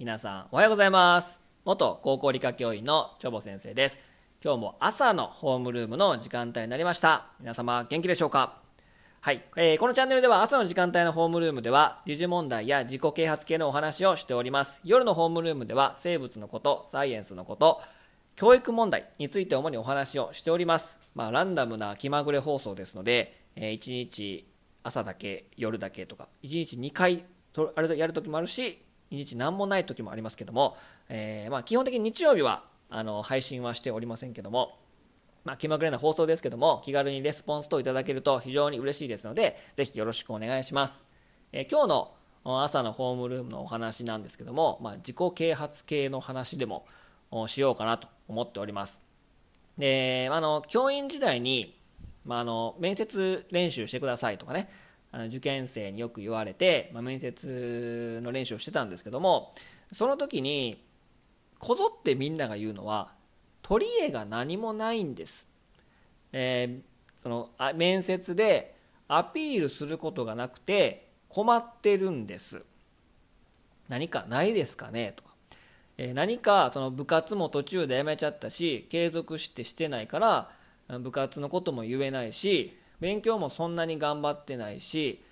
皆さんおはようございます。元高校理科教員のチョボ先生です。今日も朝のホームルームの時間帯になりました。皆様元気でしょうか？はい、このチャンネルでは朝の時間帯のホームルームでは時事問題や自己啓発系のお話をしております。夜のホームルームでは生物のこと、サイエンスのこと、教育問題について主にお話をしております。ランダムな気まぐれ放送ですので、1日朝だけ夜だけとか1日2回やるときもあるし、1日何もない時もありますけども、基本的に日曜日は配信はしておりませんけども、気まぐれな放送ですけども、気軽にレスポンスといただけると非常に嬉しいですので、ぜひよろしくお願いします。今日の朝のホームルームのお話なんですけども、自己啓発系の話でもしようかなと思っております。で、教員時代に、面接練習してくださいとかね、受験生によく言われて、面接の練習をしてたんですけども、その時にこぞってみんなが言うのは、取り柄が何もないんです。面接でアピールすることがなくて困ってるんです。何かないですかねとか、何かその部活も途中でやめちゃったし、継続してないから部活のことも言えないし、勉強もそんなに頑張ってないし、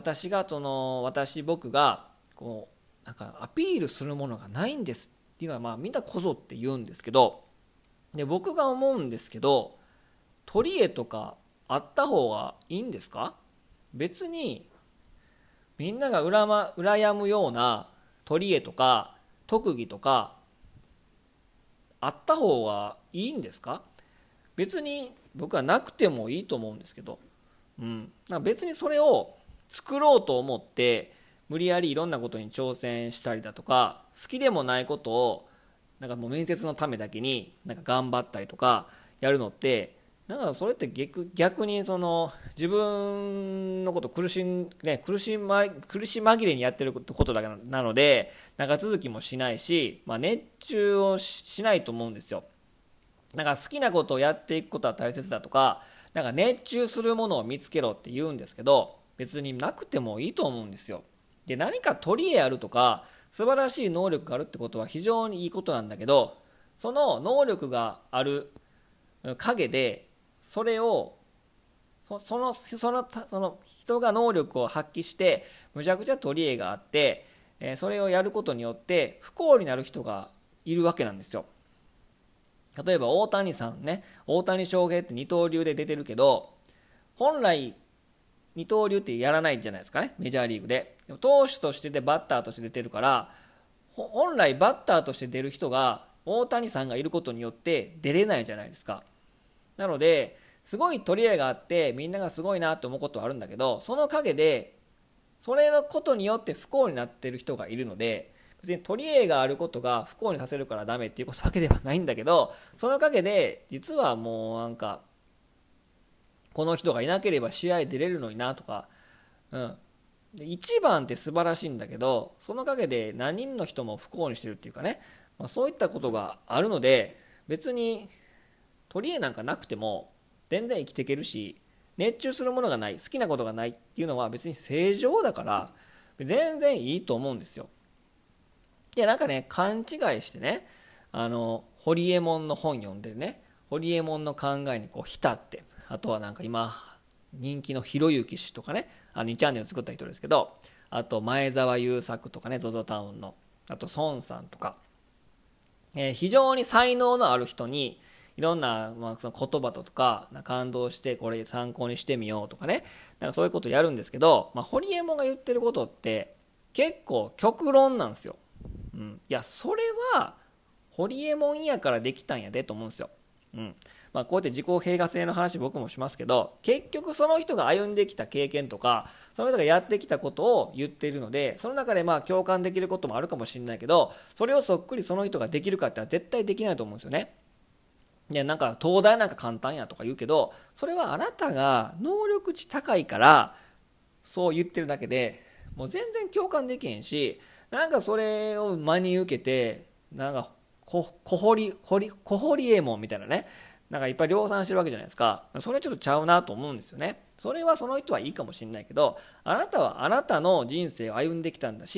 僕がなんかアピールするものがないんですっていうのは、みんなこぞって言うんですけど、で僕が思うんですけど、取り柄とかあった方がいいんですか？別にみんなが羨むような取り柄とか特技とかあった方がいいんですか？別に僕はなくてもいいと思うんですけど、別にそれを作ろうと思って無理やりいろんなことに挑戦したりだとか、好きでもないことをもう面接のためだけに頑張ったりとかやるのって、それって逆に自分のこと苦し紛れにやってることだけなので、長続きもしないし、熱中をしないと思うんですよ。好きなことをやっていくことは大切だとか、熱中するものを見つけろって言うんですけど、別になくてもいいと思うんですよ。で、何か取り柄あるとか素晴らしい能力があるってことは非常にいいことなんだけど、その能力がある陰でそれをその人が能力を発揮してむちゃくちゃ取り柄があって、それをやることによって不幸になる人がいるわけなんですよ。例えば大谷さんね、大谷翔平って二刀流で出てるけど、本来二刀流ってやらないんじゃないですかね、メジャーリーグで。でも投手としてでバッターとして出てるから、本来バッターとして出る人が大谷さんがいることによって出れないじゃないですか。なのですごい取り合いがあってみんながすごいなと思うことはあるんだけど、その陰でそれのことによって不幸になっている人がいるので、別に取り柄があることが不幸にさせるからダメっていうことわけではないんだけど、その陰で実はもうこの人がいなければ試合出れるのになとか、で1番って素晴らしいんだけど、その陰で何人の人も不幸にしてるっていうかね、そういったことがあるので、別に取り柄なんかなくても全然生きていけるし、熱中するものがない、好きなことがないっていうのは別に正常だから全然いいと思うんですよ。で勘違いしてね、ホリエモンの本読んでね、ホリエモンの考えに浸って、あとは今人気のひろゆき氏とかね、2チャンネル作った人ですけど、あと前澤友作とかね、 ZOZO タウンの、あと孫さんとか、非常に才能のある人にいろんな、その言葉とか感動してこれ参考にしてみようとかね、そういうことやるんですけど、ホリエモンが言ってることって結構極論なんですよ。いやそれはホリエモンやからできたんやでと思うんですよ。こうやって自己併合性の話僕もしますけど、結局その人が歩んできた経験とかその人がやってきたことを言っているので、その中で共感できることもあるかもしれないけど、それをそっくりその人ができるかって絶対できないと思うんですよね。東大なんか簡単やとか言うけど、それはあなたが能力値高いからそう言ってるだけで、もう全然共感できへんし、それを真に受けて小堀エモンみたいなね、いっぱい量産してるわけじゃないですか。それちょっとちゃうなと思うんですよね。それはその人はいいかもしれないけど、あなたはあなたの人生を歩んできたんだし、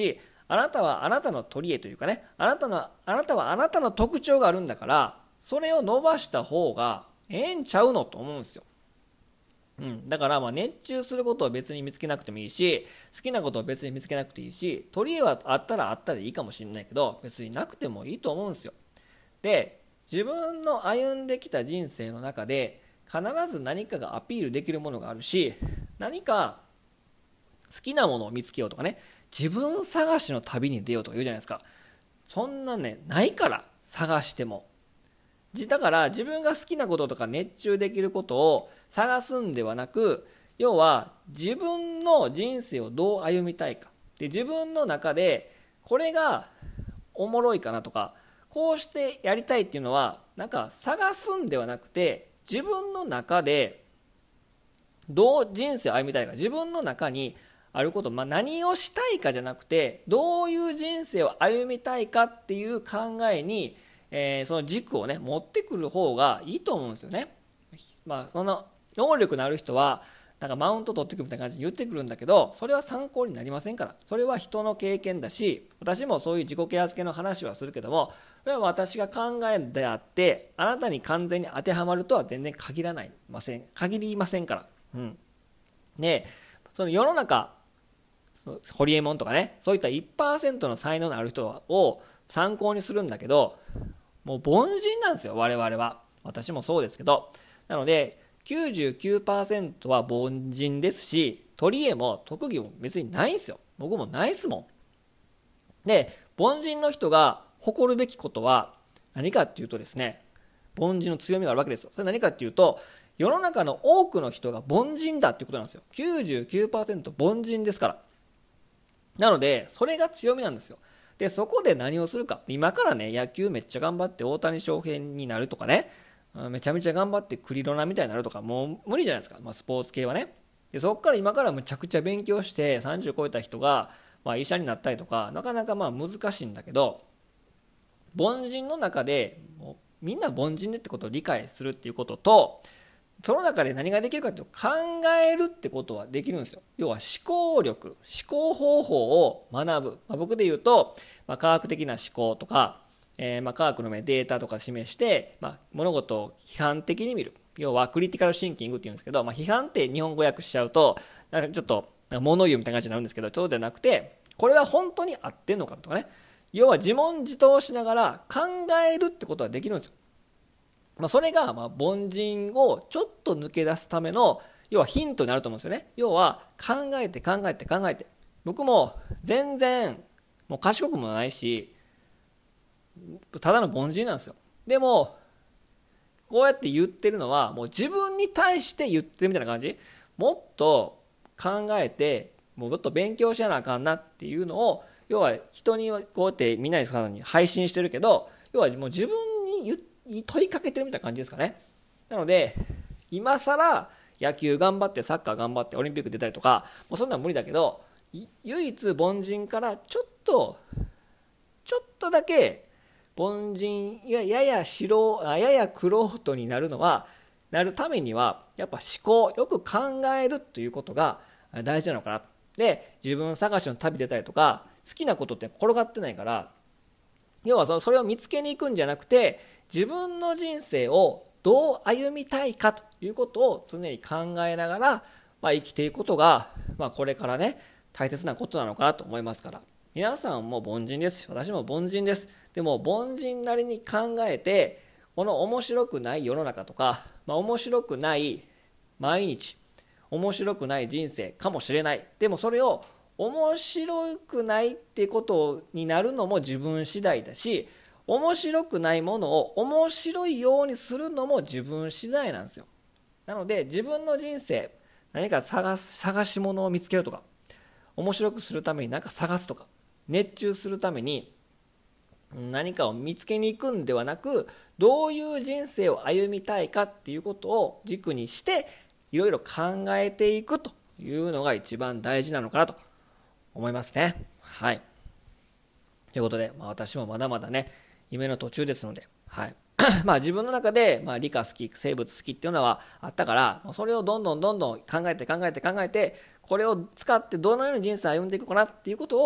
あなたはあなたの取り柄というかね、あなたはあなたの特徴があるんだから、それを伸ばした方がええんちゃうのと思うんですよ。だから熱中することを別に見つけなくてもいいし、好きなことを別に見つけなくていいし、取り柄はあったらあったでいいかもしれないけど、別になくてもいいと思うんですよ。で、自分の歩んできた人生の中で必ず何かがアピールできるものがあるし、何か好きなものを見つけようとかね、自分探しの旅に出ようとか言うじゃないですか。そんなね、ないから、探しても。だから自分が好きなこととか熱中できることを探すんではなく、要は自分の人生をどう歩みたいかで、自分の中でこれがおもろいかなとか、こうしてやりたいっていうのはなんか探すんではなくて、自分の中でどう人生を歩みたいか、自分の中にあること、何をしたいかじゃなくて、どういう人生を歩みたいかっていう考えに、その軸をね持ってくる方がいいと思うんですよね。その能力のある人はなんかマウント取ってくるみたいな感じで言ってくるんだけど、それは参考になりませんから。それは人の経験だし、私もそういう自己啓発系の話はするけども、それは私が考えであって、あなたに完全に当てはまるとは全然限りませんから。で、その世の中、ホリエモンとかね、そういった 1% の才能のある人を参考にするんだけど、もう凡人なんですよ、我々は。私もそうですけど。なので 99% は凡人ですし、取り柄も特技も別にないんですよ。僕もないですもん。で、凡人の人が誇るべきことは何かっていうとですね、凡人の強みがあるわけですよ。それ何かっていうと、世の中の多くの人が凡人だっていうことなんですよ。 99% 凡人ですから。なのでそれが強みなんですよ。で、そこで何をするか。今からね、野球めっちゃ頑張って大谷翔平になるとかね、めちゃめちゃ頑張ってクリロナみたいになるとか、もう無理じゃないですか。スポーツ系はね。で、そこから今からむちゃくちゃ勉強して30超えた人が、医者になったりとか、なかなか難しいんだけど、凡人の中で、もうみんな凡人でってことを理解するっていうことと、その中で何ができるかというと、考えるってことはできるんですよ。要は思考力、思考方法を学ぶ。僕で言うと、科学的な思考とか、科学のデータとか示して、物事を批判的に見る。要はクリティカルシンキングって言うんですけど、批判って日本語訳しちゃうと、なんかちょっと物言うみたいな感じになるんですけど、そうじゃなくて、これは本当に合ってんのかとかね。要は自問自答しながら考えるってことはできるんですよ。それが凡人をちょっと抜け出すための要はヒントになると思うんですよね。要は考えて僕も全然もう賢くもないしただの凡人なんですよ。でもこうやって言ってるのはもう自分に対して言ってるみたいな感じ。もっと考えてもっと勉強しなあかんなっていうのを、要は人にこうやってみんなに配信してるけど、要はもう自分に問いかけてるみたいな感じですかね。なので今更野球頑張ってサッカー頑張ってオリンピック出たりとか、もうそんなの無理だけど、唯一凡人からちょっとだけ凡人やや玄人になるためには、やっぱ思考よく考えるということが大事なのかな。で、自分探しの旅出たりとか、好きなことって転がってないから、要はそれを見つけに行くんじゃなくて、自分の人生をどう歩みたいかということを常に考えながら、生きていくことが、これからね大切なことなのかなと思いますから。皆さんも凡人です。私も凡人です。でも凡人なりに考えて、この面白くない世の中とか、面白くない毎日、面白くない人生かもしれない。でもそれを面白くないってことになるのも自分次第だし、面白くないものを面白いようにするのも自分次第なんですよ。なので自分の人生、何か探し物を見つけるとか、面白くするために何か探すとか、熱中するために何かを見つけに行くんではなく、どういう人生を歩みたいかっていうことを軸にしていろいろ考えていくというのが一番大事なのかなと思いますね。はい。ということで、私もまだまだね夢の途中ですので、はい。自分の中で、理科好き、生物好きっていうのはあったから、それをどんどん考えて、これを使ってどのように人生を歩んでいくかなっていうことを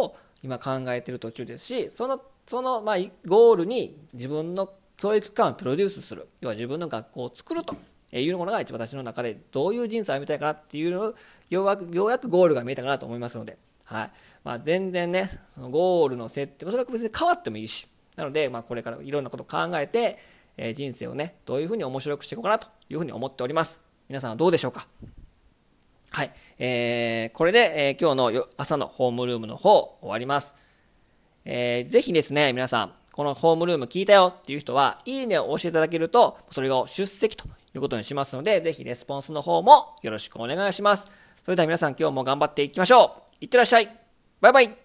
今考えている途中ですし、そのゴールに自分の教育機関をプロデュースする、要は自分の学校を作るというものが一番私の中でどういう人生を歩みたいかなっていうのをようやくゴールが見えたかなと思いますので、全然ね、そのゴールの設定もそれは別に変わってもいいし、なのでこれからいろんなことを考えて、人生をねどういうふうに面白くしていこうかなというふうに思っております。皆さんはどうでしょうか。はい、これで、今日の朝のホームルームの方終わります。ぜひですね、皆さんこのホームルーム聞いたよっていう人はいいねを押していただけると、それを出席ということにしますので、ぜひレスポンスの方もよろしくお願いします。それでは皆さん今日も頑張っていきましょう。いってらっしゃい。バイバイ。